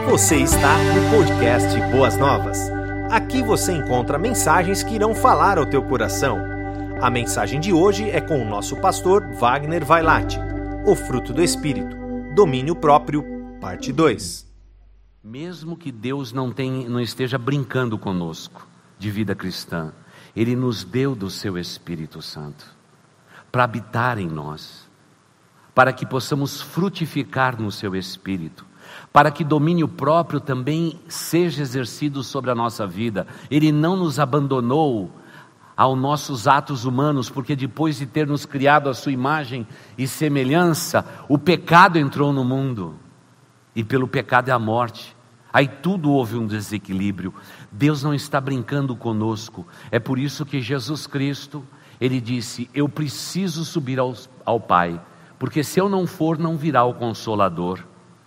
Você está no podcast Boas Novas. Aqui você encontra mensagens que irão falar ao teu coração. A mensagem de hoje é com o nosso pastor Wagner Vailate. O fruto do Espírito, domínio próprio, parte 2. Mesmo que Deus não esteja brincando conosco de vida cristã, Ele nos deu do seu Espírito Santo para habitar em nós, para que possamos frutificar no seu Espírito, para que domínio próprio também seja exercido sobre a nossa vida. Ele não nos abandonou aos nossos atos humanos, porque depois de ter nos criado a sua imagem e semelhança, o pecado entrou no mundo, e pelo pecado é a morte. Aí tudo houve um desequilíbrio. Deus não está brincando conosco. É por isso que Jesus Cristo, Ele disse: eu preciso subir ao Pai, porque se eu não for, não virá o Consolador.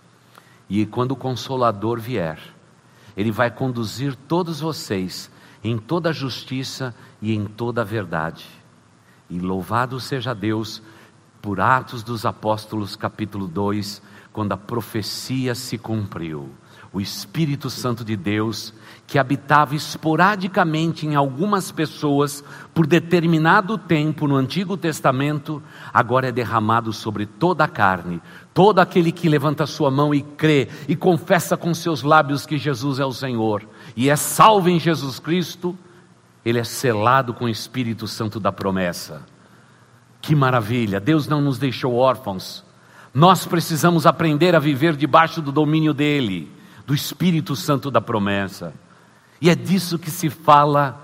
E quando o Consolador vier, Ele vai conduzir todos vocês em toda a justiça e em toda a verdade. E louvado seja Deus por Atos dos Apóstolos capítulo 2, quando a profecia se cumpriu. O Espírito Santo de Deus, que habitava esporadicamente em algumas pessoas por determinado tempo no Antigo Testamento, agora é derramado sobre toda a carne. Todo aquele que levanta sua mão e crê e confessa com seus lábios que Jesus é o Senhor e é salvo em Jesus Cristo, ele é selado com o Espírito Santo da promessa. Que maravilha! Deus não nos deixou órfãos. Nós precisamos aprender a viver debaixo do domínio dele, do Espírito Santo da promessa. E é disso que se fala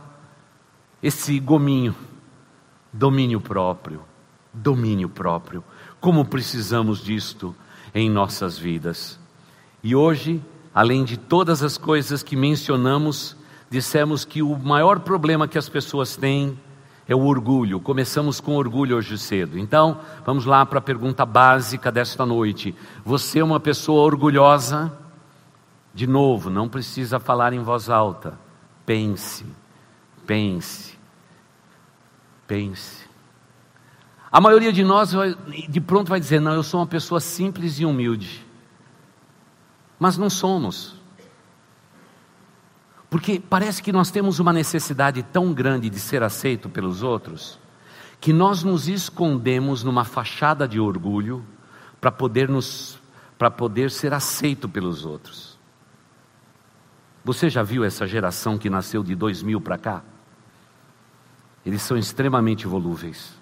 esse gominho: domínio próprio, domínio próprio. Como precisamos disto em nossas vidas. E hoje, além de todas as coisas que mencionamos, dissemos que o maior problema que as pessoas têm é o orgulho. Começamos com orgulho hoje cedo. Então, vamos lá para a pergunta básica desta noite. Você é uma pessoa orgulhosa? De novo, não precisa falar em voz alta. Pense, pense, pense. A maioria de nós de pronto vai dizer: não, eu sou uma pessoa simples e humilde. Mas não somos. Porque parece que nós temos uma necessidade tão grande de ser aceito pelos outros, que nós nos escondemos numa fachada de orgulho para poder ser aceito pelos outros. Você já viu essa geração que nasceu de 2000 para cá? Eles são extremamente volúveis.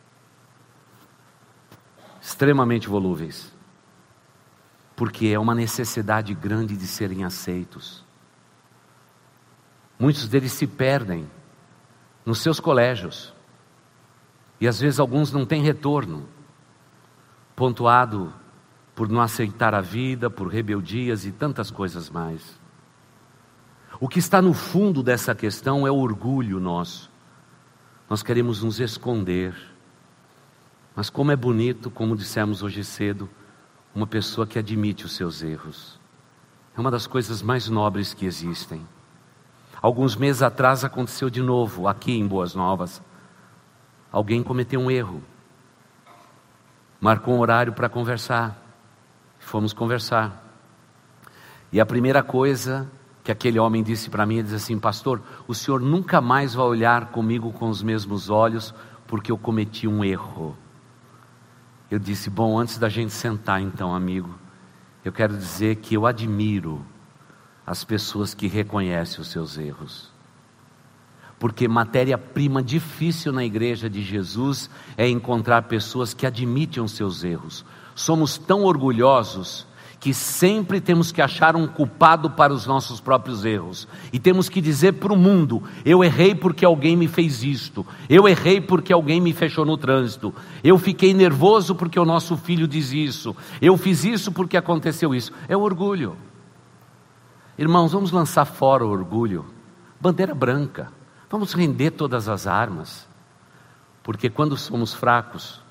Extremamente volúveis. Porque é uma necessidade grande de serem aceitos. Muitos deles se perdem nos seus colégios. E às vezes alguns não têm retorno, pontuado por não aceitar a vida, por rebeldias e tantas coisas mais. O que está no fundo dessa questão é o orgulho nosso. Nós queremos nos esconder. Mas como é bonito, como dissemos hoje cedo, uma pessoa que admite os seus erros. É uma das coisas mais nobres que existem. Alguns meses atrás aconteceu de novo, aqui em Boas Novas. Alguém cometeu um erro. Marcou um horário para conversar. Fomos conversar. E a primeira coisa que aquele homem disse para mim, ele disse assim: pastor, o senhor nunca mais vai olhar comigo com os mesmos olhos, porque eu cometi um erro. Eu disse: bom, antes da gente sentar então, amigo, eu quero dizer que eu admiro as pessoas que reconhecem os seus erros. Porque matéria-prima difícil na igreja de Jesus é encontrar pessoas que admitem os seus erros. Somos tão orgulhosos que sempre temos que achar um culpado para os nossos próprios erros. E temos que dizer para o mundo: eu errei porque alguém me fez isto. Eu errei porque alguém me fechou no trânsito. Eu fiquei nervoso porque o nosso filho diz isso. Eu fiz isso porque aconteceu isso. É o orgulho. Irmãos, vamos lançar fora o orgulho. Bandeira branca. Vamos render todas as armas. Porque quando somos fracos,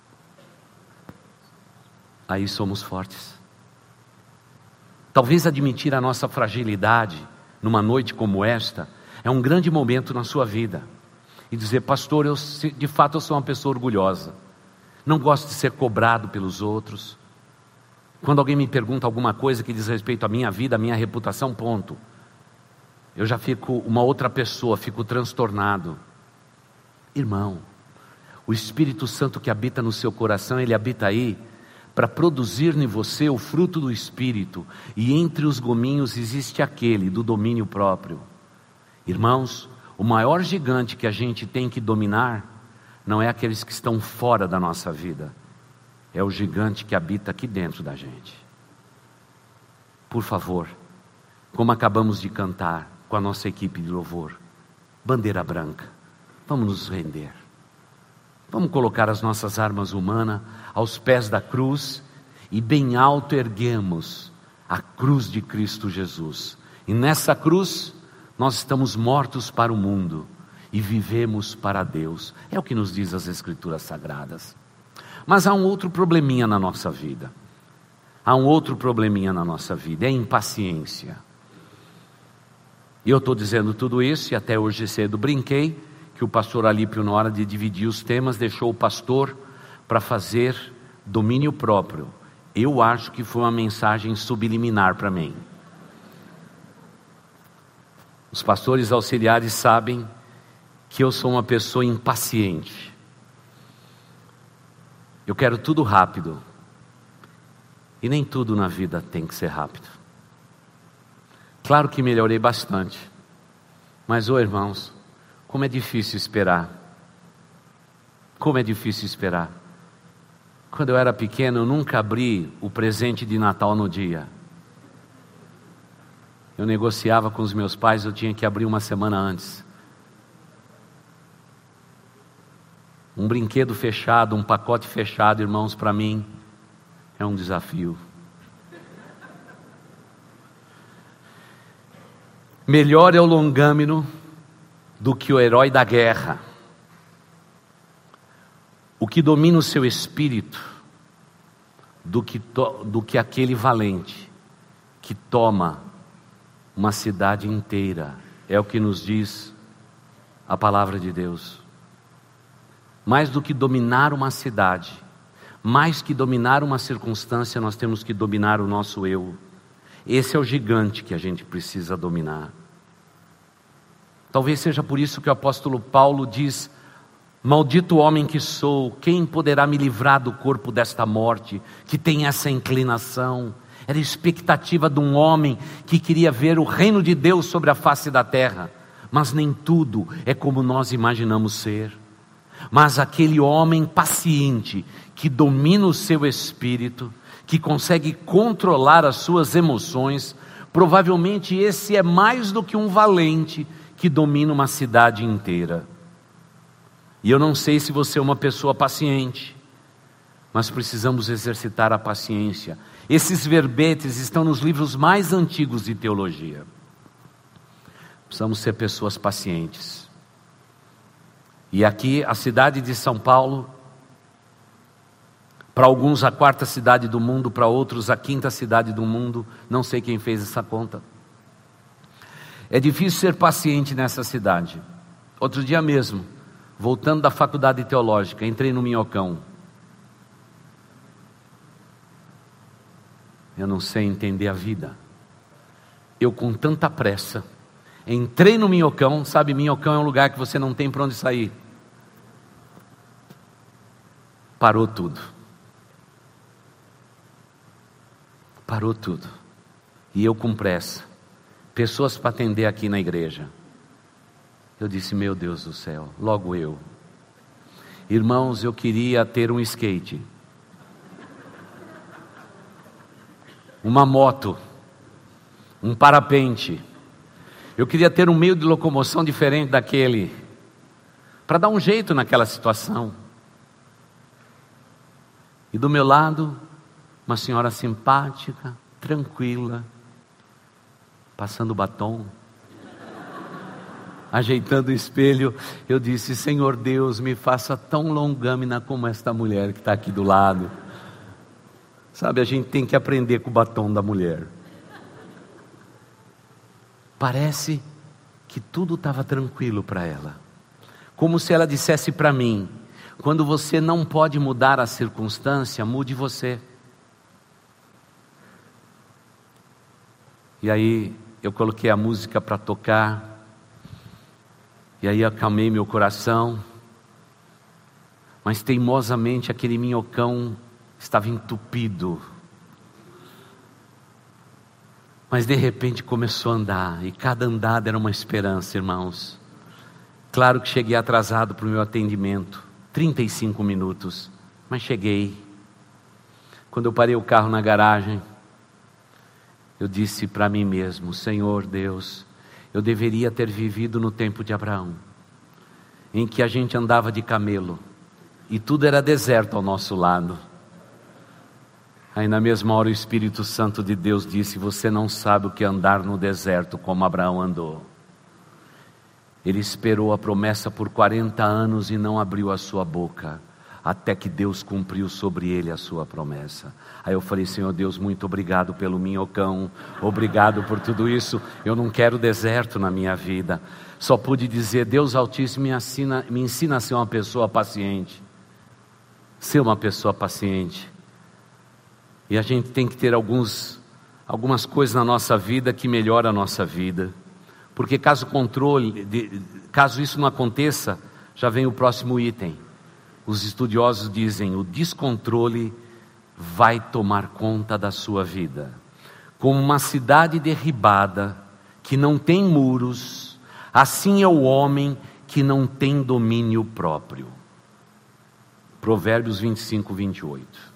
aí somos fortes. Talvez admitir a nossa fragilidade numa noite como esta é um grande momento na sua vida. E dizer: pastor, de fato eu sou uma pessoa orgulhosa. Não gosto de ser cobrado pelos outros. Quando alguém me pergunta alguma coisa que diz respeito à minha vida, à minha reputação, ponto. Eu já fico uma outra pessoa, fico transtornado. Irmão, o Espírito Santo que habita no seu coração, ele habita aí para produzir em você o fruto do Espírito. E entre os gominhos existe aquele do domínio próprio. Irmãos, o maior gigante que a gente tem que dominar não é aqueles que estão fora da nossa vida. É o gigante que habita aqui dentro da gente. Por favor, como acabamos de cantar com a nossa equipe de louvor, bandeira branca, vamos nos render. Vamos colocar as nossas armas humanas aos pés da cruz e bem alto erguemos a cruz de Cristo Jesus. E nessa cruz nós estamos mortos para o mundo e vivemos para Deus. É o que nos diz as Escrituras Sagradas. Mas há um outro probleminha na nossa vida. Há um outro probleminha na nossa vida, é a impaciência. E eu estou dizendo tudo isso, e até hoje cedo brinquei, que o pastor Alípio, na hora de dividir os temas, deixou o pastor para fazer domínio próprio. Eu acho que foi uma mensagem subliminar para mim. Os pastores auxiliares sabem que eu sou uma pessoa impaciente. Eu quero tudo rápido. E nem tudo na vida tem que ser rápido. Claro que melhorei bastante. Mas, irmãos, como é difícil esperar. Como é difícil esperar. Quando eu era pequeno, eu nunca abri o presente de Natal no dia. Eu negociava com os meus pais, eu tinha que abrir uma semana antes. Um brinquedo fechado, um pacote fechado, irmãos, para mim, é um desafio. Melhor é o longâmino do que o herói da guerra. O que domina o seu espírito do que aquele valente que toma uma cidade inteira. É o que nos diz a palavra de Deus. Mais do que dominar uma cidade, mais que dominar uma circunstância, nós temos que dominar o nosso eu. Esse é o gigante que a gente precisa dominar. Talvez seja por isso que o apóstolo Paulo diz: maldito homem que sou, quem poderá me livrar do corpo desta morte, que tem essa inclinação? Era a expectativa de um homem que queria ver o reino de Deus sobre a face da terra, mas nem tudo é como nós imaginamos ser. Mas aquele homem paciente, que domina o seu espírito, que consegue controlar as suas emoções, provavelmente esse é mais do que um valente que domina uma cidade inteira. E eu não sei se você é uma pessoa paciente, mas precisamos exercitar a paciência. Esses verbetes estão nos livros mais antigos de teologia. Precisamos ser pessoas pacientes. E aqui a cidade de São Paulo, para alguns a quarta cidade do mundo, para outros a quinta cidade do mundo, não sei quem fez essa conta. É difícil ser paciente nessa cidade. Outro dia mesmo, voltando da faculdade teológica, entrei no Minhocão. Eu não sei entender a vida. Eu com tanta pressa, entrei no Minhocão. Sabe, Minhocão é um lugar que você não tem para onde sair. Parou tudo. Parou tudo. E eu com pressa. Pessoas para atender aqui na igreja. Eu disse, meu Deus do céu, logo eu. Irmãos, eu queria ter um skate, uma moto, um parapente. Eu queria ter um meio de locomoção diferente daquele, para dar um jeito naquela situação. E do meu lado, uma senhora simpática, tranquila, passando batom, ajeitando o espelho. Eu disse, Senhor Deus, me faça tão longâmina como esta mulher que está aqui do lado. Sabe, a gente tem que aprender com o batom da mulher. Parece que tudo estava tranquilo para ela. Como se ela dissesse para mim, quando você não pode mudar a circunstância, mude você. E aí eu coloquei a música para tocar, e aí acalmei meu coração, mas teimosamente aquele minhocão estava entupido. Mas de repente começou a andar, e cada andada era uma esperança, irmãos. Claro que cheguei atrasado para o meu atendimento, 35 minutos, mas cheguei. Quando eu parei o carro na garagem, eu disse para mim mesmo: Senhor Deus, eu deveria ter vivido no tempo de Abraão, em que a gente andava de camelo, e tudo era deserto ao nosso lado. Aí na mesma hora o Espírito Santo de Deus disse: você não sabe o que é andar no deserto como Abraão andou. Ele esperou a promessa por 40 anos e não abriu a sua boca, até que Deus cumpriu sobre ele a sua promessa. Aí eu falei: Senhor Deus, muito obrigado pelo minhocão, obrigado por tudo isso. Eu não quero deserto na minha vida. Só pude dizer: Deus Altíssimo, me ensina a ser uma pessoa paciente. Ser uma pessoa paciente. E a gente tem que ter algumas coisas na nossa vida que melhoram a nossa vida. Porque caso isso não aconteça, já vem o próximo item. Os estudiosos dizem: o descontrole vai tomar conta da sua vida. Como uma cidade derribada, que não tem muros, assim é o homem que não tem domínio próprio. Provérbios 25, 28.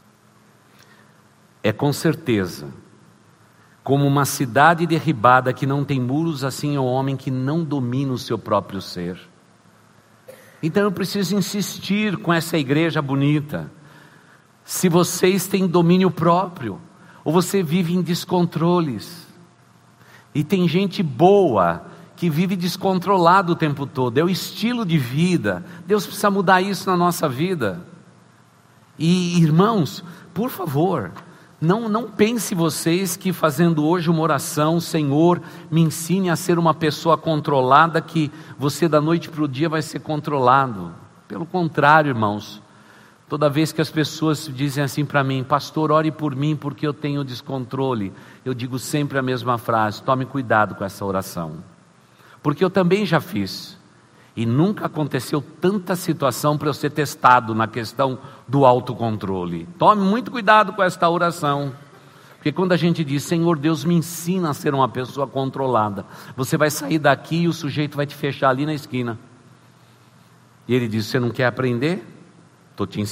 É com certeza, como uma cidade derribada que não tem muros, assim é o homem que não domina o seu próprio ser. Então eu preciso insistir com essa igreja bonita. Se vocês têm domínio próprio, ou você vive em descontroles, e tem gente boa que vive descontrolado o tempo todo, é o estilo de vida. Deus precisa mudar isso na nossa vida. E irmãos, por favor, não pense vocês que fazendo hoje uma oração: Senhor, me ensine a ser uma pessoa controlada, que você da noite para o dia vai ser controlado. Pelo contrário, irmãos, toda vez que as pessoas dizem assim para mim: pastor, ore por mim porque eu tenho descontrole, eu digo sempre a mesma frase: tome cuidado com essa oração, porque eu também já fiz, e nunca aconteceu tanta situação para eu ser testado na questão do autocontrole. Tome muito cuidado com esta oração, porque quando a gente diz: Senhor Deus, me ensina a ser uma pessoa controlada, você vai sair daqui e o sujeito vai te fechar ali na esquina, e ele diz: você não quer aprender? Estou te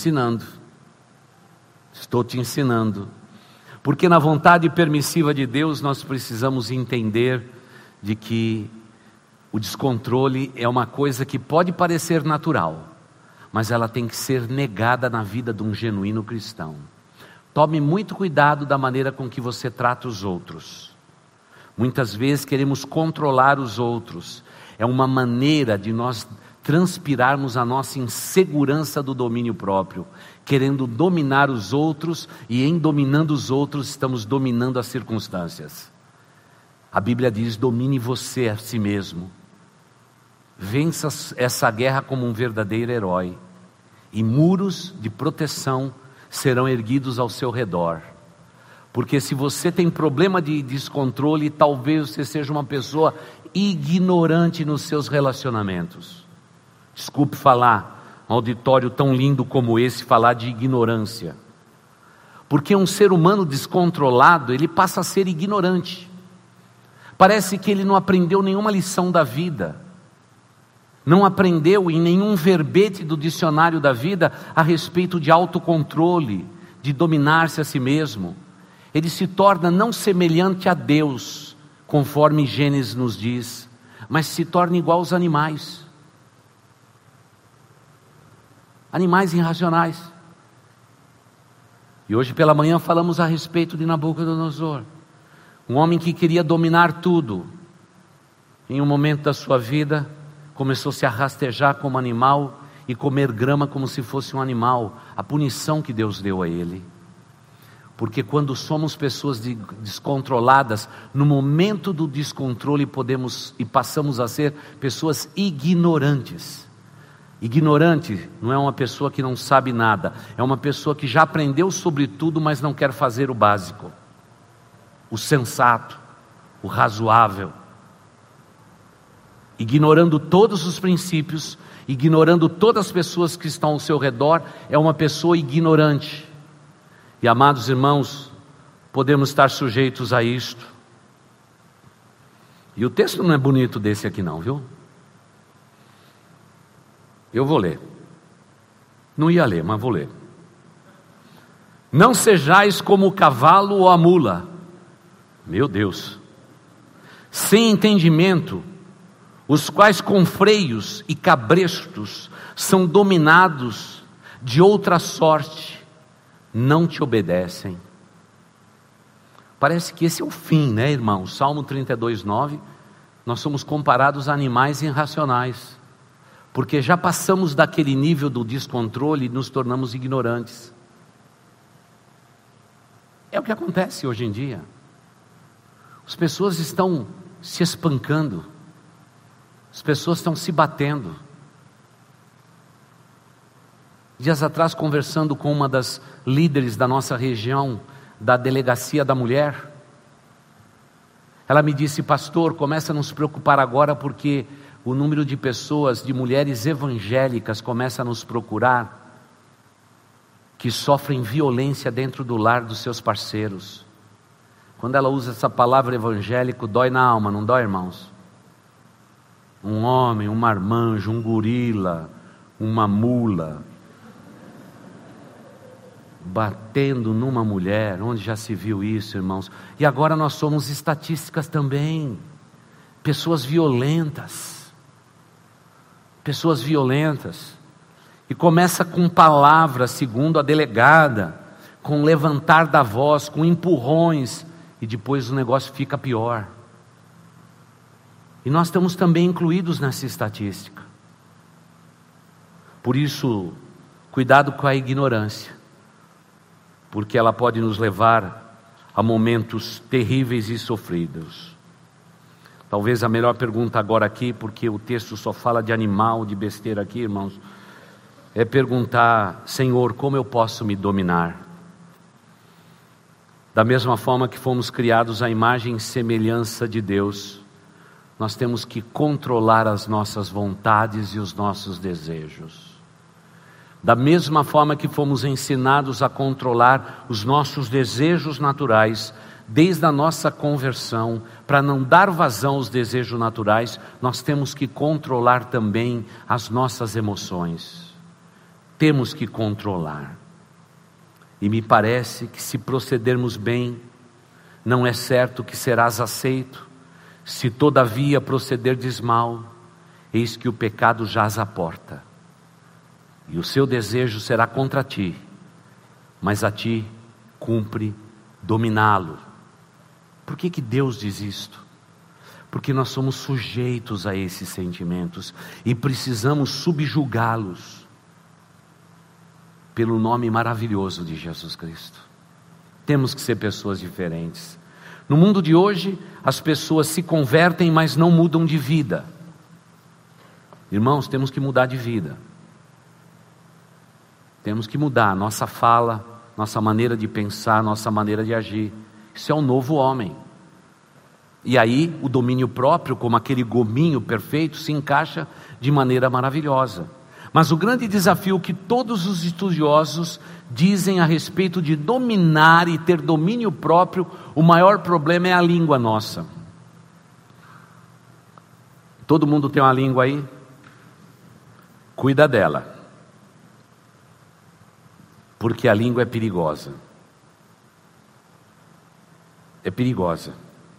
ensinando, porque na vontade permissiva de Deus nós precisamos entender de que o descontrole é uma coisa que pode parecer natural, mas ela tem que ser negada na vida de um genuíno cristão. Tome muito cuidado da maneira com que você trata os outros. Muitas vezes queremos controlar os outros. É uma maneira de nós transpirarmos a nossa insegurança do domínio próprio, querendo dominar os outros, e em dominando os outros estamos dominando as circunstâncias. A Bíblia diz: domine você a si mesmo. Vença essa guerra como um verdadeiro herói, e muros de proteção serão erguidos ao seu redor. Porque se você tem problema de descontrole, talvez você seja uma pessoa ignorante nos seus relacionamentos. Desculpe falar, um auditório tão lindo como esse, falar de ignorância. Porque um ser humano descontrolado, ele passa a ser ignorante. Parece que ele não aprendeu nenhuma lição da vida. Não aprendeu em nenhum verbete do dicionário da vida a respeito de autocontrole, de dominar-se a si mesmo. Ele se torna não semelhante a Deus, conforme Gênesis nos diz, mas se torna igual aos animais. Animais irracionais. E hoje pela manhã falamos a respeito de Nabucodonosor, um homem que queria dominar tudo. Em um momento da sua vida, começou a se rastejar como animal e comer grama como se fosse um animal. A punição que Deus deu a ele. Porque quando somos pessoas descontroladas, no momento do descontrole passamos a ser pessoas ignorantes. Ignorante não é uma pessoa que não sabe nada, é uma pessoa que já aprendeu sobre tudo, mas não quer fazer o básico, o sensato, o razoável. Ignorando todos os princípios, ignorando todas as pessoas que estão ao seu redor, é uma pessoa ignorante. E amados irmãos, podemos estar sujeitos a isto. E o texto não é bonito desse aqui não, viu? Eu vou ler. Não ia ler, mas vou ler. Não sejais como o cavalo ou a mula. Meu Deus. Sem entendimento, os quais com freios e cabrestos são dominados de outra sorte, não te obedecem. Parece que esse é o fim, né, irmão? Salmo 32:9, nós somos comparados a animais irracionais, porque já passamos daquele nível do descontrole e nos tornamos ignorantes. É o que acontece hoje em dia. As pessoas estão se espancando, as pessoas estão se batendo. Dias atrás, conversando com uma das líderes da nossa região, da delegacia da mulher, ela me disse: pastor, começa a nos preocupar agora, porque o número de pessoas, de mulheres evangélicas, começa a nos procurar, que sofrem violência dentro do lar dos seus parceiros. Quando ela usa essa palavra evangélico, dói na alma, não dói, irmãos? Um homem, um marmanjo, um gorila, uma mula, batendo numa mulher. Onde já se viu isso, irmãos? E agora nós somos estatísticas também. Pessoas violentas. Pessoas violentas. E começa com palavras, segundo a delegada, com levantar da voz, com empurrões, e depois o negócio fica pior. E nós estamos também incluídos nessa estatística. Por isso, cuidado com a ignorância, porque ela pode nos levar a momentos terríveis e sofridos. Talvez a melhor pergunta agora aqui, porque o texto só fala de animal, de besteira aqui, irmãos, é perguntar: Senhor, como eu posso me dominar? Da mesma forma que fomos criados à imagem e semelhança de Deus, nós temos que controlar as nossas vontades e os nossos desejos. Da mesma forma que fomos ensinados a controlar os nossos desejos naturais, desde a nossa conversão, para não dar vazão aos desejos naturais, nós temos que controlar também as nossas emoções. Temos que controlar. E me parece que, se procedermos bem, não é certo que serás aceito. Se todavia procederdes mal, eis que o pecado jaz à porta, e o seu desejo será contra ti, mas a ti cumpre dominá-lo. Por que Deus diz isto? Porque nós somos sujeitos a esses sentimentos e precisamos subjugá-los pelo nome maravilhoso de Jesus Cristo. Temos que ser pessoas diferentes. No mundo de hoje, as pessoas se convertem, mas não mudam de vida. Irmãos, temos que mudar de vida. Temos que mudar a nossa fala, nossa maneira de pensar, nossa maneira de agir. Isso é um novo homem. E aí o domínio próprio, como aquele gominho perfeito, se encaixa de maneira maravilhosa. Mas o grande desafio que todos os estudiosos dizem a respeito de dominar e ter domínio próprio, o maior problema é a língua nossa. Todo mundo tem uma língua aí? Cuida dela, porque a língua é perigosa. É perigosa.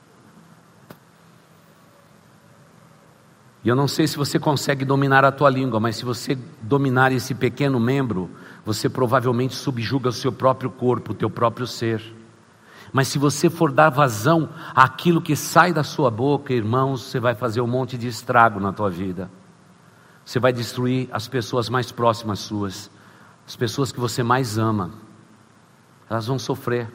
E eu não sei se você consegue dominar a tua língua, mas se você dominar esse pequeno membro, você provavelmente subjuga o seu próprio corpo, o teu próprio ser. Mas se você for dar vazão àquilo que sai da sua boca, irmãos, você vai fazer um monte de estrago na tua vida. Você vai destruir as pessoas mais próximas suas, as pessoas que você mais ama. Elas vão sofrer.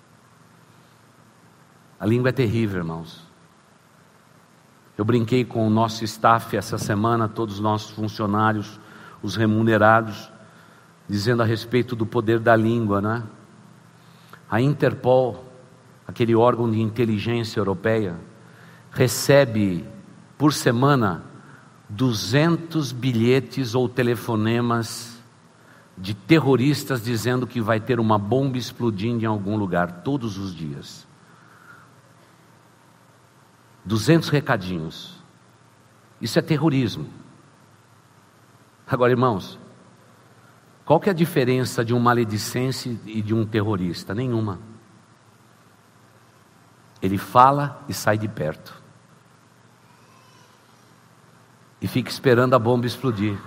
A língua é terrível, irmãos. Eu brinquei com o nosso staff essa semana, todos os nossos funcionários, os remunerados, dizendo a respeito do poder da língua, né? A Interpol, aquele órgão de inteligência europeia, recebe por semana 200 bilhetes ou telefonemas de terroristas dizendo que vai ter uma bomba explodindo em algum lugar, todos os dias. 200 recadinhos. Isso é terrorismo. Agora, irmãos, qual que é a diferença de um maledicense e de um terrorista? Nenhuma. Ele fala e sai de perto. E fica esperando a bomba explodir.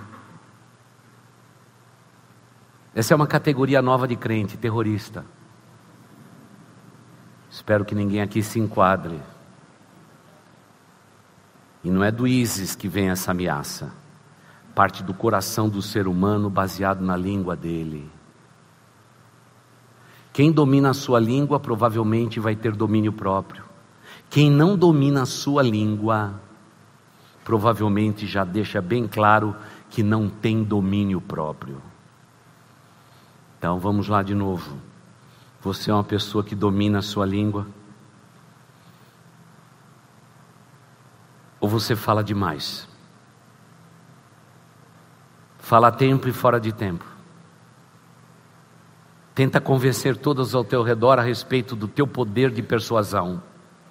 Essa é uma categoria nova de crente, terrorista. Espero que ninguém aqui se enquadre. E não é do ISIS que vem essa ameaça. Parte do coração do ser humano baseado na língua dele. Quem domina a sua língua provavelmente vai ter domínio próprio. Quem não domina a sua língua provavelmente já deixa bem claro que não tem domínio próprio. Então vamos lá de novo. Você é uma pessoa que domina a sua língua? Ou você fala demais? Fala a tempo e fora de tempo. Tenta convencer todos ao teu redor a respeito do teu poder de persuasão.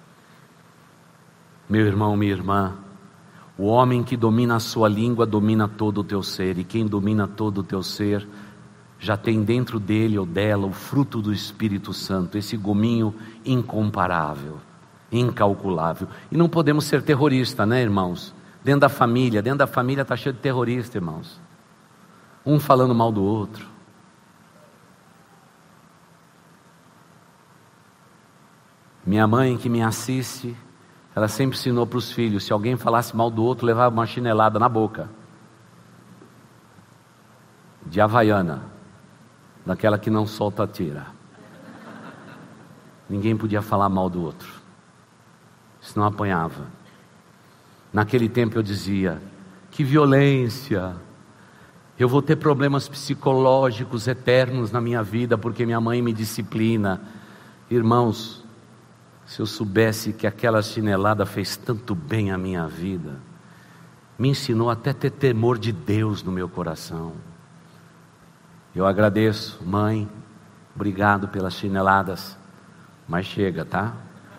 Meu irmão, minha irmã, o homem que domina a sua língua domina todo o teu ser. E quem domina todo o teu ser já tem dentro dele ou dela o fruto do Espírito Santo, esse gominho incomparável, incalculável. E não podemos ser terroristas, né, irmãos? Dentro da família está cheio de terrorista, irmãos. Um falando mal do outro. Minha mãe que me assiste, ela sempre ensinou para os filhos, se alguém falasse mal do outro, levava uma chinelada na boca. De havaiana, daquela que não solta tira. Ninguém podia falar mal do outro, senão apanhava. Naquele tempo eu dizia, que violência, eu vou ter problemas psicológicos eternos na minha vida, porque minha mãe me disciplina. Irmãos, se eu soubesse que aquela chinelada fez tanto bem à minha vida, me ensinou até ter temor de Deus no meu coração. Eu agradeço, mãe, obrigado pelas chineladas, mas chega, tá?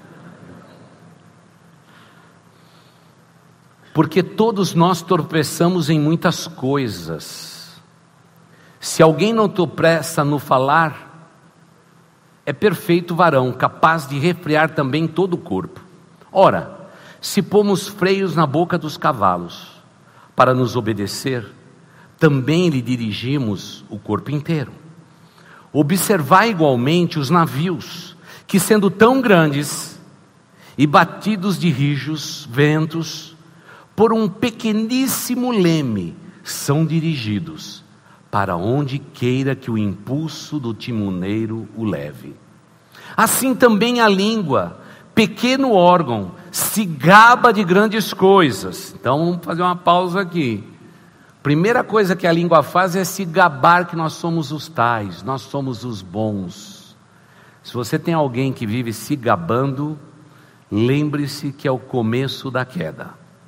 Porque todos nós tropeçamos em muitas coisas. Se alguém não tropeça no falar, é perfeito varão, capaz de refrear também todo o corpo. Ora, se pomos freios na boca dos cavalos, para nos obedecer, também lhe dirigimos o corpo inteiro. Observai igualmente os navios, que sendo tão grandes e batidos de rijos, ventos, por um pequeníssimo leme, são dirigidos para onde queira que o impulso do timoneiro o leve. Assim também a língua, pequeno órgão, se gaba de grandes coisas. Então vamos fazer uma pausa aqui. Primeira coisa que a língua faz é se gabar que nós somos os tais, nós somos os bons. Se você tem alguém que vive se gabando, lembre-se que é o começo da queda.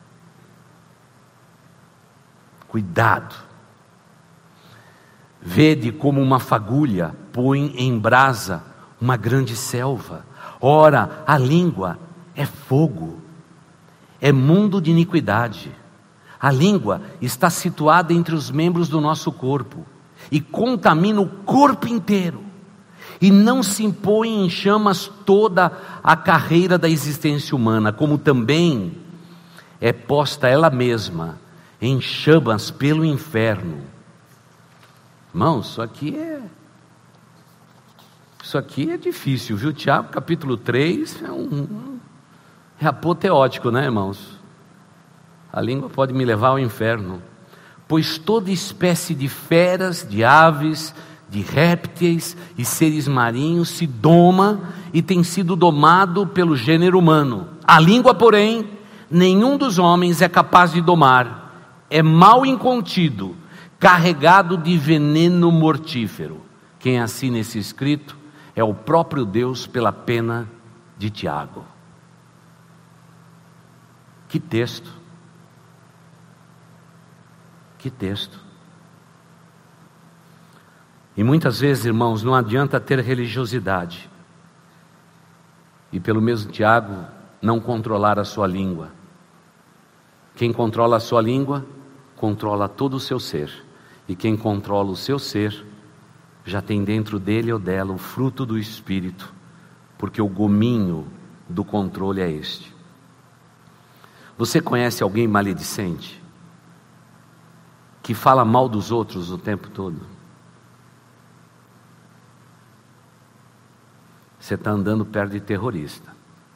Cuidado. Vede como uma fagulha põe em brasa uma grande selva. Ora, a língua é fogo, é mundo de iniquidade. A língua está situada entre os membros do nosso corpo e contamina o corpo inteiro. E não se impõe em chamas toda a carreira da existência humana, como também é posta ela mesma em chamas pelo inferno. Irmãos, isso aqui é difícil, viu? Tiago capítulo 3 é apoteótico, né, irmãos? A língua pode me levar ao inferno. Pois toda espécie de feras, de aves, de répteis e seres marinhos se doma e tem sido domado pelo gênero humano. A língua, porém, nenhum dos homens é capaz de domar. É mal incontido, carregado de veneno mortífero. Quem assina esse escrito é o próprio Deus pela pena de Tiago. Que texto! Que texto! E muitas vezes, irmãos, não adianta ter religiosidade e, pelo mesmo Tiago, não controlar a sua língua. Quem controla a sua língua, controla todo o seu ser. E quem controla o seu ser, já tem dentro dele ou dela o fruto do Espírito, porque o gominho do controle é este. Você conhece alguém maledicente? Que fala mal dos outros o tempo todo? Você está andando perto de terrorista.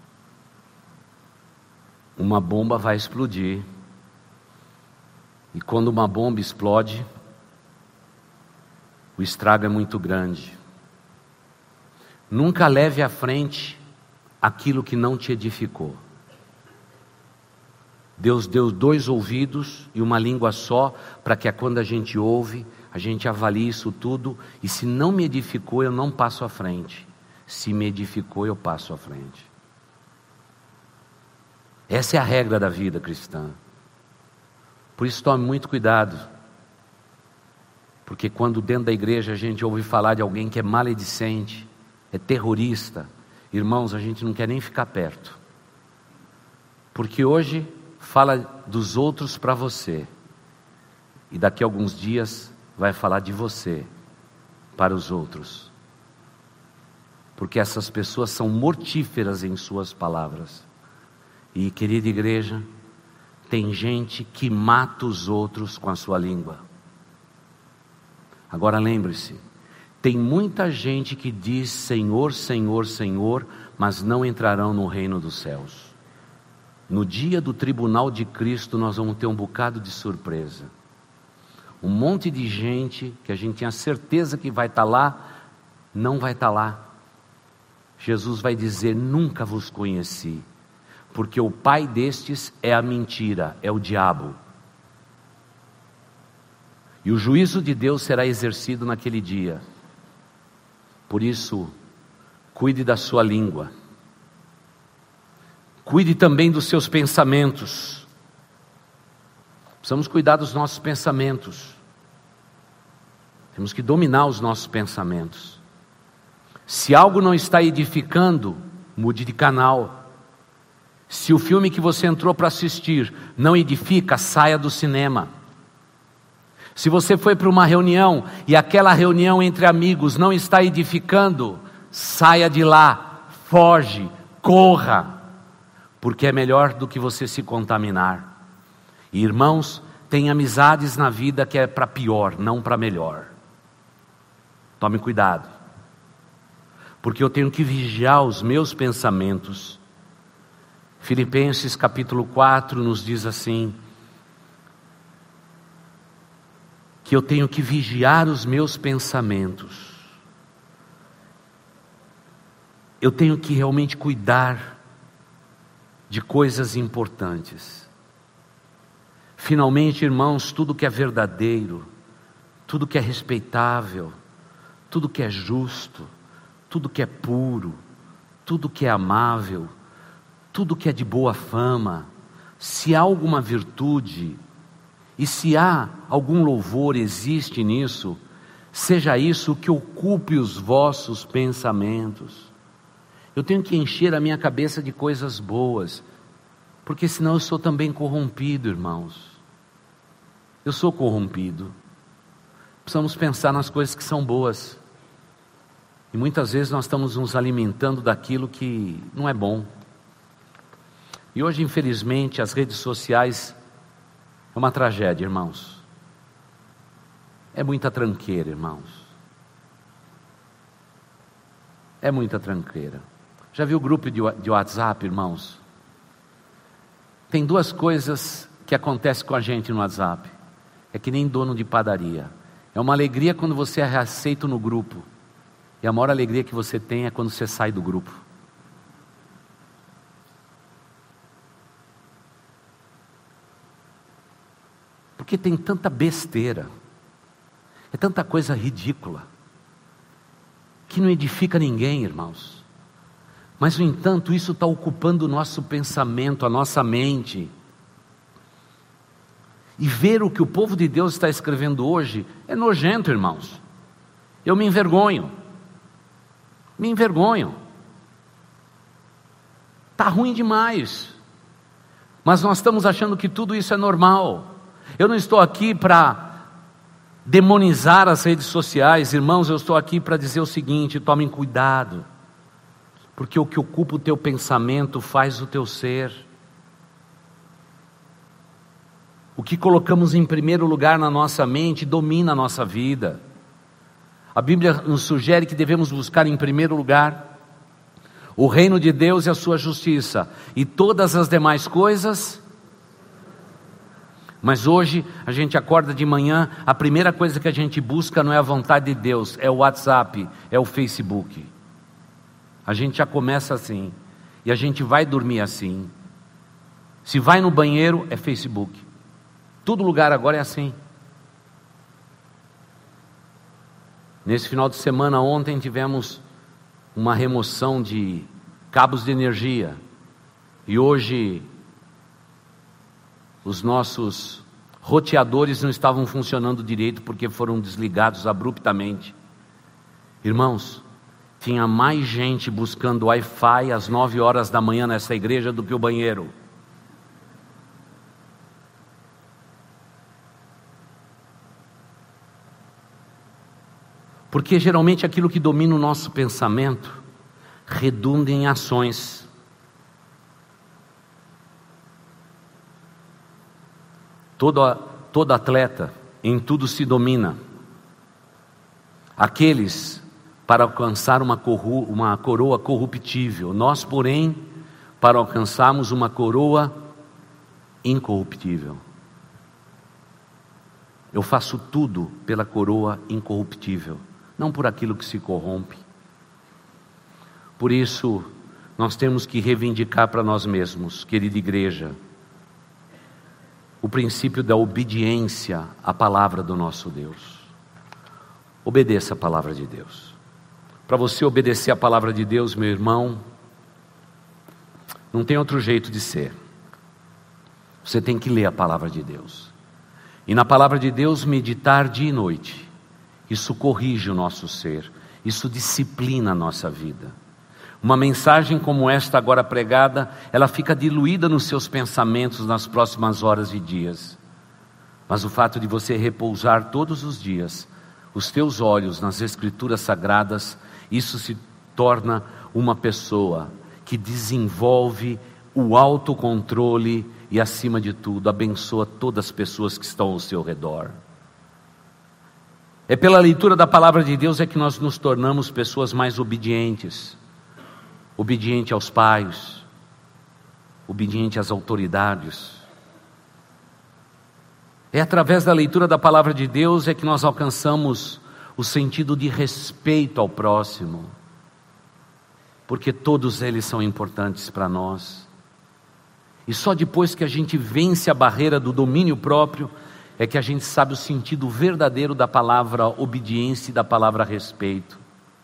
Uma bomba vai explodir. E quando uma bomba explode, o estrago é muito grande. Nunca leve à frente aquilo que não te edificou. Deus deu 2 ouvidos e uma língua só, para que quando a gente ouve, a gente avalie isso tudo, e se não me edificou, eu não passo à frente. Se me edificou, eu passo à frente. Essa é a regra da vida cristã. Por isso tome muito cuidado, porque quando dentro da igreja a gente ouve falar de alguém que é maledicente, é terrorista, irmãos, a gente não quer nem ficar perto, porque hoje fala dos outros para você, e daqui a alguns dias vai falar de você para os outros, porque essas pessoas são mortíferas em suas palavras. E, querida igreja, tem gente que mata os outros com a sua língua. Agora lembre-se, tem muita gente que diz Senhor, Senhor, Senhor, mas não entrarão no reino dos céus. No dia do tribunal de Cristo nós vamos ter um bocado de surpresa. Um monte de gente que a gente tinha certeza que vai estar lá, não vai estar lá. Jesus vai dizer, nunca vos conheci, porque o pai destes é a mentira, é o diabo. E o juízo de Deus será exercido naquele dia. Por isso, cuide da sua língua. Cuide também dos seus pensamentos. Precisamos cuidar dos nossos pensamentos. Temos que dominar os nossos pensamentos. Se algo não está edificando, mude de canal. Se o filme que você entrou para assistir não edifica, saia do cinema. Se você foi para uma reunião e aquela reunião entre amigos não está edificando, saia de lá, foge, corra, porque é melhor do que você se contaminar. E, irmãos, tem amizades na vida que é para pior, não para melhor. Tome cuidado, porque eu tenho que vigiar os meus pensamentos. Filipenses capítulo 4 nos diz assim, que eu tenho que vigiar os meus pensamentos. Eu tenho que realmente cuidar de coisas importantes. Finalmente, irmãos, tudo que é verdadeiro, tudo que é respeitável, tudo que é justo, tudo que é puro, tudo que é amável, tudo que é de boa fama, se há alguma virtude, e se há algum louvor existe nisso, seja isso que ocupe os vossos pensamentos. Eu tenho que encher a minha cabeça de coisas boas, porque senão eu sou também corrompido, irmãos. Eu sou corrompido. Precisamos pensar nas coisas que são boas. E muitas vezes nós estamos nos alimentando daquilo que não é bom. E hoje, infelizmente, as redes sociais é uma tragédia, irmãos. É muita tranqueira, irmãos. É muita tranqueira. Já viu o grupo de WhatsApp, irmãos? Tem 2 coisas que acontecem com a gente no WhatsApp. É que nem dono de padaria. É uma alegria quando você é aceito no grupo. E a maior alegria que você tem é quando você sai do grupo. Porque tem tanta besteira, é tanta coisa ridícula, que não edifica ninguém, irmãos. Mas, no entanto, isso está ocupando o nosso pensamento, a nossa mente. E ver o que o povo de Deus está escrevendo hoje é nojento, irmãos. Eu me envergonho. Me envergonho. Está ruim demais. Mas nós estamos achando que tudo isso é normal. Eu não estou aqui para demonizar as redes sociais, irmãos, eu estou aqui para dizer o seguinte: tomem cuidado, porque o que ocupa o teu pensamento faz o teu ser. O que colocamos em primeiro lugar na nossa mente domina a nossa vida. A Bíblia nos sugere que devemos buscar em primeiro lugar o reino de Deus e a sua justiça, e todas as demais coisas. Mas hoje a gente acorda de manhã, a primeira coisa que a gente busca não é a vontade de Deus, é o WhatsApp, é o Facebook. A gente já começa assim, e a gente vai dormir assim. Se vai no banheiro, é Facebook. Todo lugar agora é assim. Nesse final de semana, ontem, tivemos uma remoção de cabos de energia. E hoje, os nossos roteadores não estavam funcionando direito porque foram desligados abruptamente. Irmãos, tinha mais gente buscando Wi-Fi às 9 horas da manhã nessa igreja do que o banheiro. Porque geralmente aquilo que domina o nosso pensamento redunda em ações. Todo atleta em tudo se domina. Aqueles para alcançar uma coroa corruptível, nós, porém, para alcançarmos uma coroa incorruptível. Eu faço tudo pela coroa incorruptível, não por aquilo que se corrompe. Por isso, nós temos que reivindicar para nós mesmos, querida igreja, o princípio da obediência à palavra do nosso Deus. Obedeça a palavra de Deus. Para você obedecer a palavra de Deus, meu irmão, não tem outro jeito de ser. Você tem que ler a palavra de Deus. E na palavra de Deus meditar dia e noite. Isso corrige o nosso ser, isso disciplina a nossa vida. Uma mensagem como esta agora pregada, ela fica diluída nos seus pensamentos nas próximas horas e dias. Mas o fato de você repousar todos os dias os teus olhos nas Escrituras Sagradas, isso se torna uma pessoa que desenvolve o autocontrole e, acima de tudo, abençoa todas as pessoas que estão ao seu redor. É pela leitura da palavra de Deus é que nós nos tornamos pessoas mais obedientes. Obediente aos pais, obediente às autoridades. É através da leitura da palavra de Deus é que nós alcançamos o sentido de respeito ao próximo, porque todos eles são importantes para nós. E só depois que a gente vence a barreira do domínio próprio é que a gente sabe o sentido verdadeiro da palavra obediência e da palavra respeito.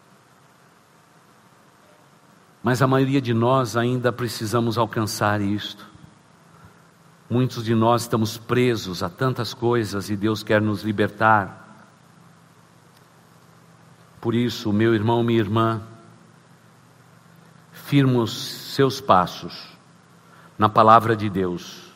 Mas a maioria de nós ainda precisamos alcançar isto. Muitos de nós estamos presos a tantas coisas e Deus quer nos libertar. Por isso, meu irmão, minha irmã, firma os seus passos na palavra de Deus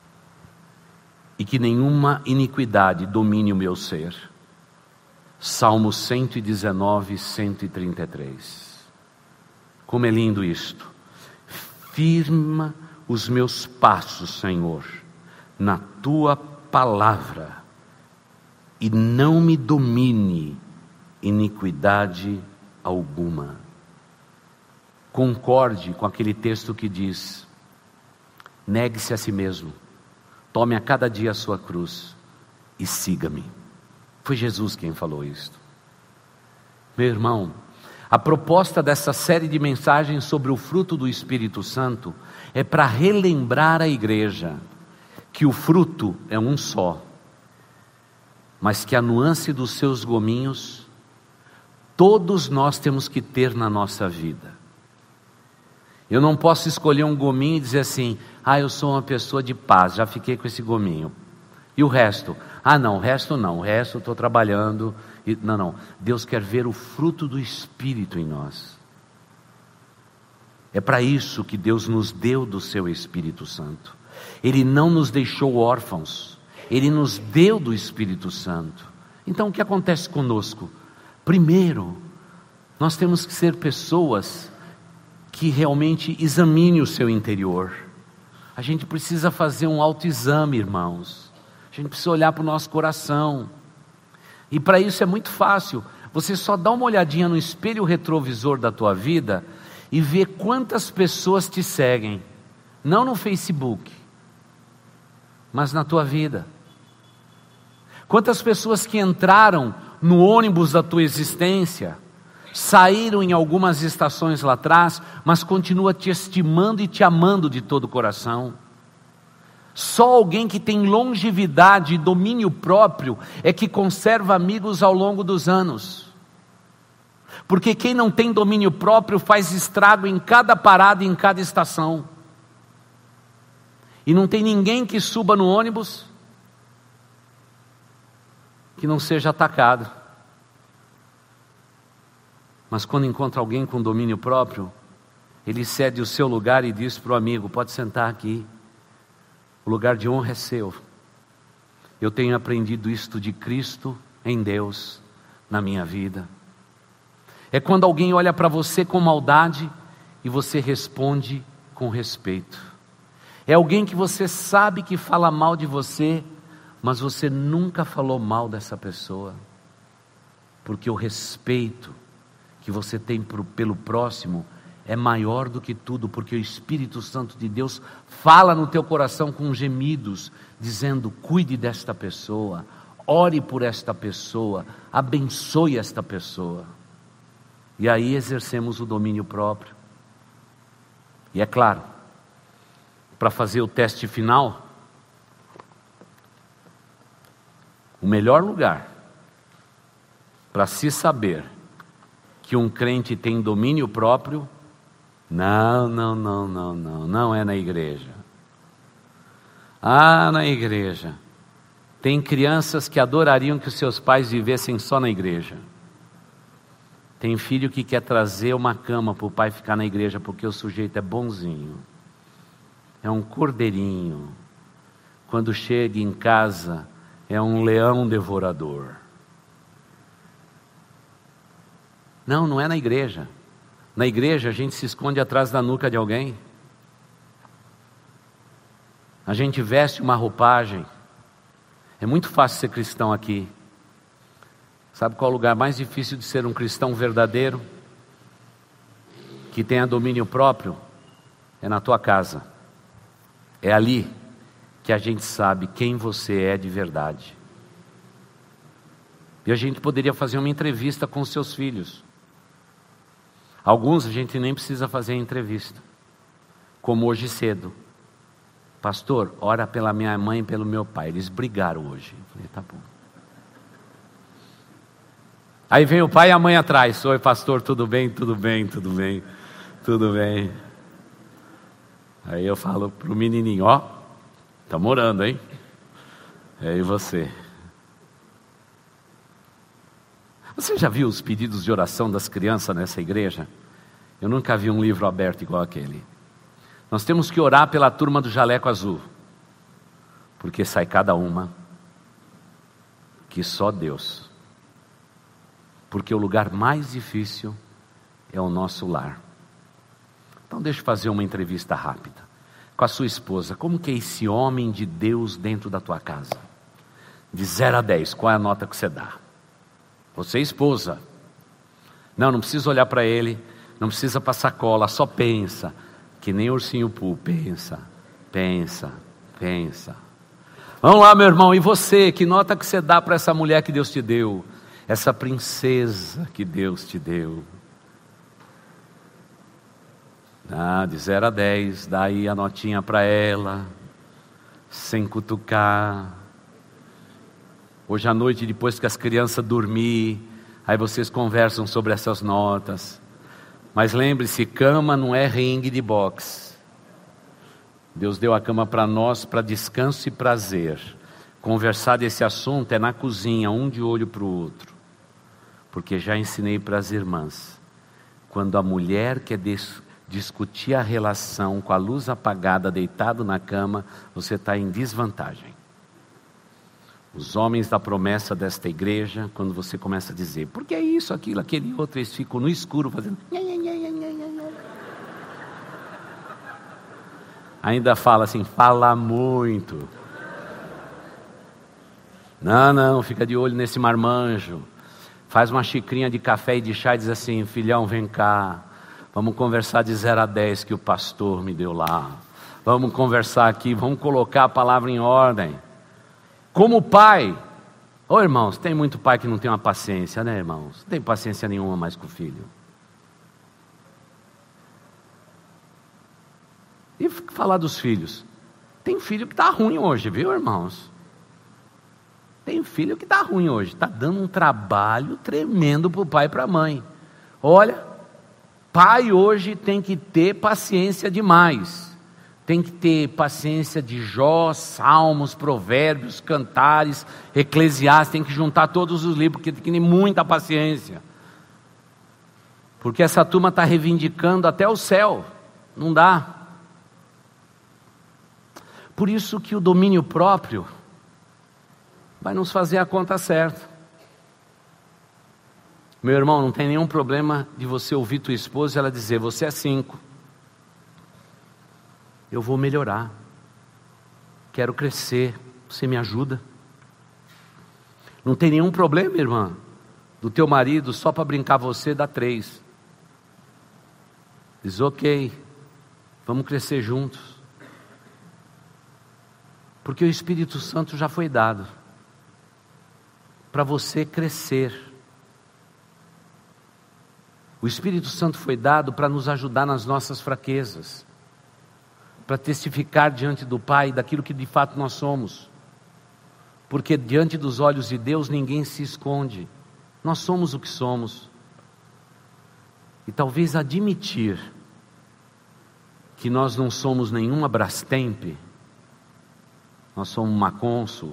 e que nenhuma iniquidade domine o meu ser. Salmo 119, 133. Como é lindo isto. Firma os meus passos, Senhor, na tua palavra, e não me domine iniquidade alguma. Concorde com aquele texto que diz: negue-se a si mesmo, tome a cada dia a sua cruz e siga-me. Foi Jesus quem falou isto. Meu irmão, a proposta dessa série de mensagens sobre o fruto do Espírito Santo é para relembrar a igreja que o fruto é um só, mas que a nuance dos seus gominhos, todos nós temos que ter na nossa vida. Eu não posso escolher um gominho e dizer assim: eu sou uma pessoa de paz, já fiquei com esse gominho. E o resto? Ah, não, o resto não. O resto eu estou trabalhando. Não. Deus quer ver o fruto do Espírito em nós. É para isso que Deus nos deu do seu Espírito Santo. Ele não nos deixou órfãos. Ele nos deu do Espírito Santo. Então o que acontece conosco? Primeiro, nós temos que ser pessoas que realmente examinem o seu interior. A gente precisa fazer um autoexame, irmãos. A gente precisa olhar para o nosso coração. E para isso é muito fácil. Você só dá uma olhadinha no espelho retrovisor da tua vida e vê quantas pessoas te seguem. Não no Facebook, mas na tua vida. Quantas pessoas que entraram no ônibus da tua existência, saíram em algumas estações lá atrás, mas continua te estimando e te amando de todo o coração. Só alguém que tem longevidade e domínio próprio é que conserva amigos ao longo dos anos. Porque quem não tem domínio próprio faz estrago em cada parada e em cada estação. E não tem ninguém que suba no ônibus que não seja atacado. Mas quando encontra alguém com domínio próprio, ele cede o seu lugar e diz para o amigo: pode sentar aqui, o lugar de honra é seu. Eu tenho aprendido isto de Cristo em Deus, na minha vida. É quando alguém olha para você com maldade e você responde com respeito. É alguém que você sabe que fala mal de você, mas você nunca falou mal dessa pessoa, porque o respeito que você tem pelo próximo é maior do que tudo, porque o Espírito Santo de Deus fala no teu coração com gemidos, dizendo: cuide desta pessoa, ore por esta pessoa, abençoe esta pessoa. E aí exercemos o domínio próprio. E é claro, para fazer o teste final, o melhor lugar para se saber que um crente tem domínio próprio, não é na igreja. Na igreja tem crianças que adorariam que os seus pais vivessem só na igreja. Tem filho que quer trazer uma cama para o pai ficar na igreja porque o sujeito é bonzinho, é um cordeirinho. Quando chega em casa é um leão devorador. Não é na igreja. Na igreja a gente se esconde atrás da nuca de alguém. A gente veste uma roupagem. É muito fácil ser cristão aqui. Sabe qual é o lugar mais difícil de ser um cristão verdadeiro? Que tenha domínio próprio? É na tua casa. É ali que a gente sabe quem você é de verdade. E a gente poderia fazer uma entrevista com os seus filhos. Alguns a gente nem precisa fazer entrevista. Como hoje cedo. Pastor, ora pela minha mãe e pelo meu pai. Eles brigaram hoje. Eu falei, tá bom. Aí vem o pai e a mãe atrás. Oi, pastor, tudo bem? Tudo bem, tudo bem, tudo bem. Aí eu falo pro menininho: ó, estamos orando, hein? E você? Você já viu os pedidos de oração das crianças nessa igreja? Eu nunca vi um livro aberto igual aquele. Nós temos que orar pela turma do jaleco azul, porque sai cada uma que só Deus. Porque o lugar mais difícil é o nosso lar. Então deixa eu fazer uma entrevista rápida com a sua esposa. Como que é esse homem de Deus dentro da tua casa? De 0 a 10, qual é a nota que você dá? Você, esposa. Não precisa olhar para ele, não precisa passar cola, só pensa. Que nem ursinho Pooh, pensa. Vamos lá, meu irmão, e você? Que nota que você dá para essa mulher que Deus te deu? Essa princesa que Deus te deu? De 0 a 10, dá aí a notinha para ela, sem cutucar. Hoje à noite, depois que as crianças dormir, aí vocês conversam sobre essas notas. Mas lembre-se, cama não é ringue de boxe. Deus deu a cama para nós para descanso e prazer. conversar desse assunto é na cozinha, um de olho para o outro. Porque já ensinei para as irmãs, quando a mulher quer discutir a relação com a luz apagada, deitado na cama, você está em desvantagem. Os homens da promessa desta igreja, quando você começa a dizer, porque é isso, aquilo, aquele outro, eles ficam no escuro fazendo... Ainda fala assim, fala muito. Não, fica de olho nesse marmanjo. Faz uma xicrinha de café e de chá e diz assim, filhão, vem cá. Vamos conversar de 0 a 10 que o pastor me deu lá. Vamos conversar aqui, vamos colocar a palavra em ordem. Como pai. Ô irmãos, tem muito pai que não tem uma paciência, né irmãos? Não tem paciência nenhuma mais com o filho. E falar dos filhos. Tem filho que está ruim hoje, viu irmãos? Tem filho que está ruim hoje. Está dando um trabalho tremendo para o pai e para a mãe. Olha, pai hoje tem que ter paciência demais. Tem que ter paciência de Jó, Salmos, Provérbios, Cantares, Eclesiastes. Tem que juntar todos os livros, porque tem que ter muita paciência. Porque essa turma está reivindicando até o céu. Não dá. Por isso que o domínio próprio vai nos fazer a conta certa. Meu irmão, não tem nenhum problema de você ouvir tua esposa e ela dizer, você é 5. Eu vou melhorar. Quero crescer. Você me ajuda? Não tem nenhum problema, irmã, do teu marido só para brincar você dá 3. Diz, ok, vamos crescer juntos. Porque o Espírito Santo já foi dado para você crescer. O Espírito Santo foi dado para nos ajudar nas nossas fraquezas, para testificar diante do Pai daquilo que de fato nós somos. Porque diante dos olhos de Deus ninguém se esconde. Nós somos o que somos. E talvez admitir que nós não somos nenhuma Brastemp, nós somos uma Consul,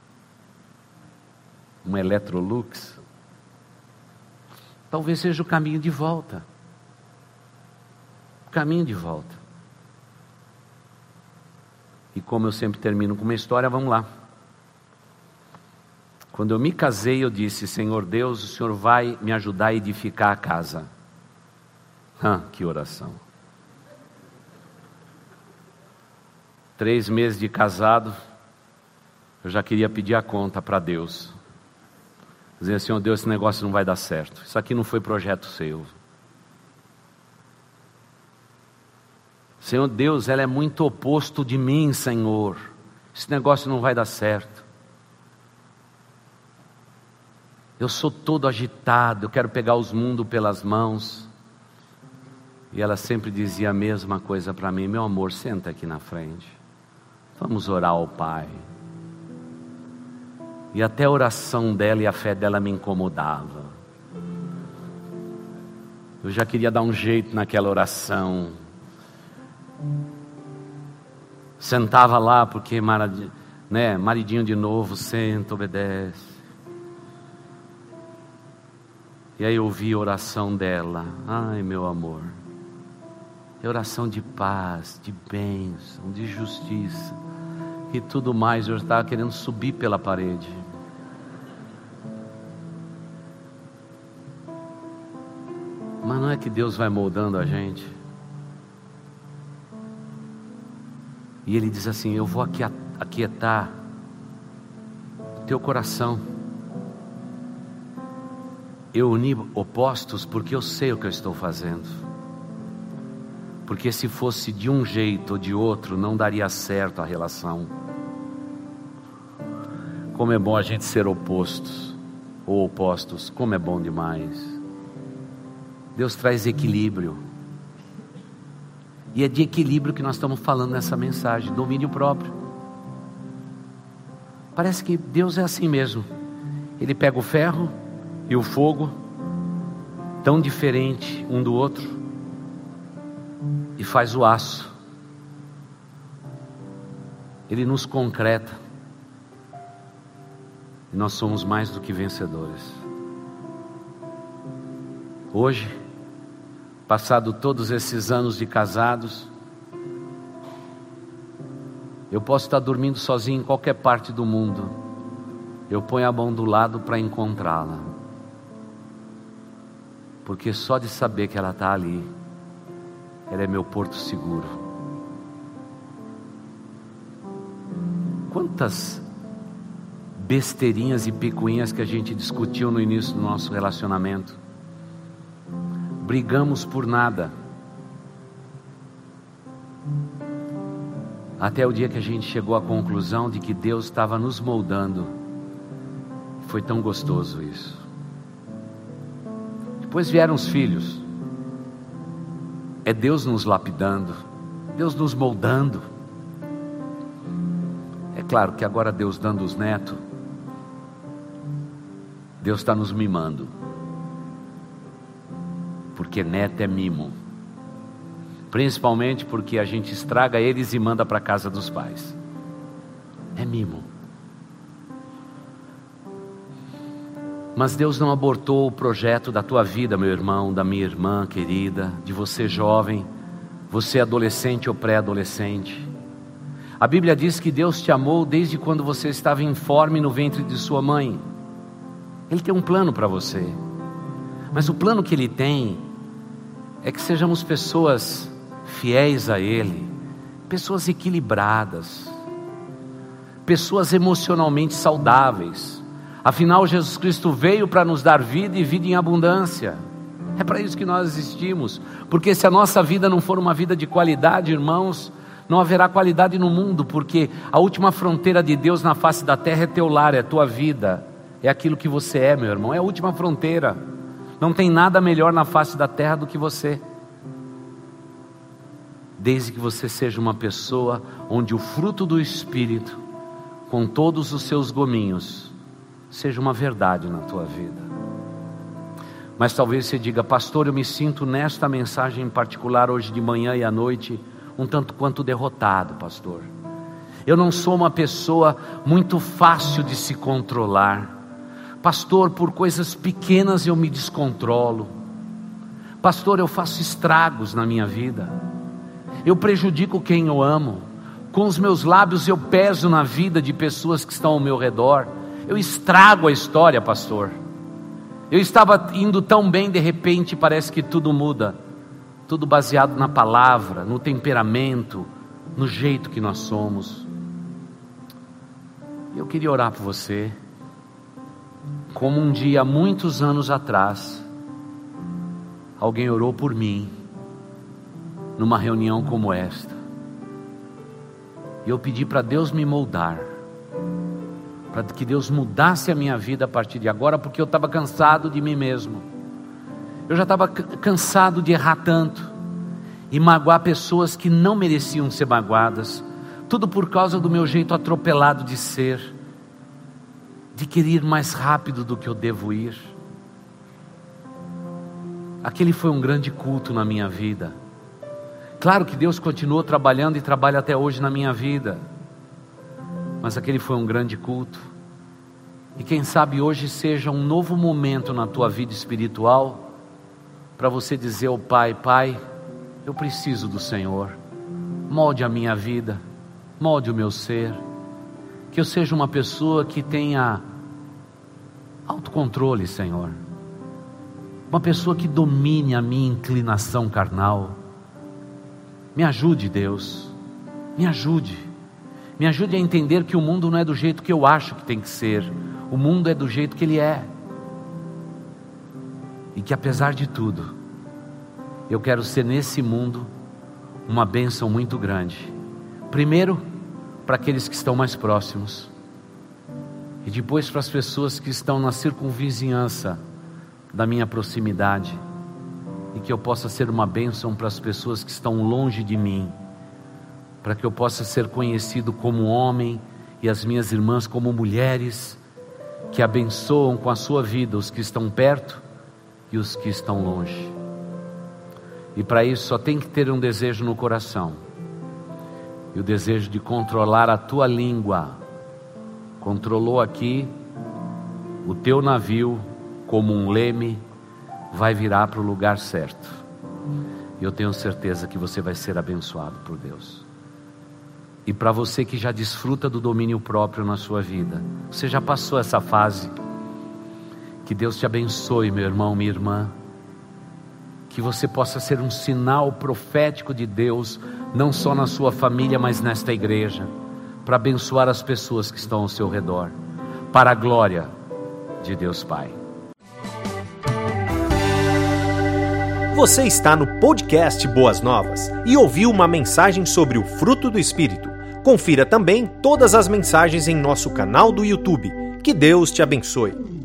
uma Electrolux, talvez seja o caminho de volta. O caminho de volta. E como eu sempre termino com uma história, vamos lá. Quando eu me casei, eu disse, Senhor Deus, o Senhor vai me ajudar a edificar a casa. Que oração. 3 meses de casado, eu já queria pedir a conta para Deus. Dizer, Senhor Deus, esse negócio não vai dar certo. Isso aqui não foi projeto seu. Senhor Deus, ela é muito oposto de mim, Senhor. Esse negócio não vai dar certo. Eu sou todo agitado, eu quero pegar os mundos pelas mãos. E ela sempre dizia a mesma coisa para mim, meu amor, senta aqui na frente. Vamos orar ao Pai. E até a oração dela e a fé dela me incomodava. Eu já queria dar um jeito naquela oração. Sentava lá porque maridinho de novo, senta, obedece. E aí eu ouvi a oração dela. Ai meu amor, é oração de paz, de bênção, de justiça e tudo mais. Eu estava querendo subir pela parede. Mas não é que Deus vai moldando a gente? E Ele diz assim, eu vou aquietar o teu coração. Eu uni opostos porque eu sei o que eu estou fazendo. Porque se fosse de um jeito ou de outro, não daria certo a relação. Como é bom a gente ser opostos ou opostos, como é bom demais. Deus traz equilíbrio. E é de equilíbrio que nós estamos falando nessa mensagem, domínio próprio. Parece que Deus é assim mesmo. Ele pega o ferro e o fogo, tão diferente um do outro, e faz o aço. Ele nos concreta. E nós somos mais do que vencedores. Hoje, passado todos esses anos de casados, eu posso estar dormindo sozinho em qualquer parte do mundo. Eu ponho a mão do lado para encontrá-la. Porque só de saber que ela está ali, ela é meu porto seguro. Quantas besteirinhas e picuinhas que a gente discutiu no início do nosso relacionamento. Brigamos por nada. Até o dia que a gente chegou à conclusão de que Deus estava nos moldando. Foi tão gostoso isso. Depois vieram os filhos. É Deus nos lapidando, Deus nos moldando. É claro que agora Deus dando os netos, Deus está nos mimando. Porque neto é mimo. Principalmente porque a gente estraga eles e manda para a casa dos pais. É mimo. Mas Deus não abortou o projeto da tua vida, meu irmão, da minha irmã querida, de você jovem, você adolescente ou pré-adolescente. A Bíblia diz que Deus te amou desde quando você estava informe no ventre de sua mãe. Ele tem um plano para você. Mas o plano que Ele tem é que sejamos pessoas fiéis a Ele, pessoas equilibradas, pessoas emocionalmente saudáveis. Afinal, Jesus Cristo veio para nos dar vida e vida em abundância. É para isso que nós existimos. Porque se a nossa vida não for uma vida de qualidade, irmãos, não haverá qualidade no mundo. Porque a última fronteira de Deus na face da terra é teu lar, é a tua vida. É aquilo que você é, meu irmão, é a última fronteira. Não tem nada melhor na face da terra do que você. Desde que você seja uma pessoa onde o fruto do Espírito, com todos os seus gominhos, seja uma verdade na tua vida. Mas talvez você diga: pastor, eu me sinto nesta mensagem em particular hoje de manhã e à noite um tanto quanto derrotado, pastor. Eu não sou uma pessoa muito fácil de se controlar. Pastor, por coisas pequenas eu me descontrolo. Pastor, eu faço estragos na minha vida. Eu prejudico quem eu amo. Com os meus lábios eu peso na vida de pessoas que estão ao meu redor. Eu estrago a história, pastor. Eu estava indo tão bem, de repente parece que tudo muda. Tudo baseado na palavra, no temperamento, no jeito que nós somos. Eu queria orar por você. Como um dia, há muitos anos atrás, alguém orou por mim, numa reunião como esta. E eu pedi para Deus me moldar, para que Deus mudasse a minha vida a partir de agora, porque eu estava cansado de mim mesmo. Eu já estava cansado de errar tanto e magoar pessoas que não mereciam ser magoadas, tudo por causa do meu jeito atropelado de ser, de querer ir mais rápido do que eu devo ir. Aquele foi um grande culto na minha vida. Claro que Deus continuou trabalhando e trabalha até hoje na minha vida, mas aquele foi um grande culto. E quem sabe hoje seja um novo momento na tua vida espiritual, para você dizer ao Pai: Pai, eu preciso do Senhor. Molde a minha vida, molde o meu ser, que eu seja uma pessoa que tenha autocontrole, Senhor. Uma pessoa que domine a minha inclinação carnal. Me ajude, Deus, me ajude. Me ajude a entender que o mundo não é do jeito que eu acho que tem que ser. O mundo é do jeito que ele é. E que apesar de tudo, eu quero ser nesse mundo uma bênção muito grande. Primeiro, para aqueles que estão mais próximos. E depois para as pessoas que estão na circunvizinhança da minha proximidade. E que eu possa ser uma bênção para as pessoas que estão longe de mim. Para que eu possa ser conhecido como homem e as minhas irmãs como mulheres que abençoam com a sua vida os que estão perto e os que estão longe. E para isso só tem que ter um desejo no coração. E o desejo de controlar a tua língua. Controlou aqui, o teu navio, como um leme, vai virar para o lugar certo. E eu tenho certeza que você vai ser abençoado por Deus. E para você que já desfruta do domínio próprio na sua vida, você já passou essa fase, que Deus te abençoe, meu irmão, minha irmã, que você possa ser um sinal profético de Deus, não só na sua família, mas nesta igreja, para abençoar as pessoas que estão ao seu redor, para a glória de Deus Pai. Você está no podcast Boas Novas e ouviu uma mensagem sobre o fruto do Espírito. Confira também todas as mensagens em nosso canal do YouTube. Que Deus te abençoe.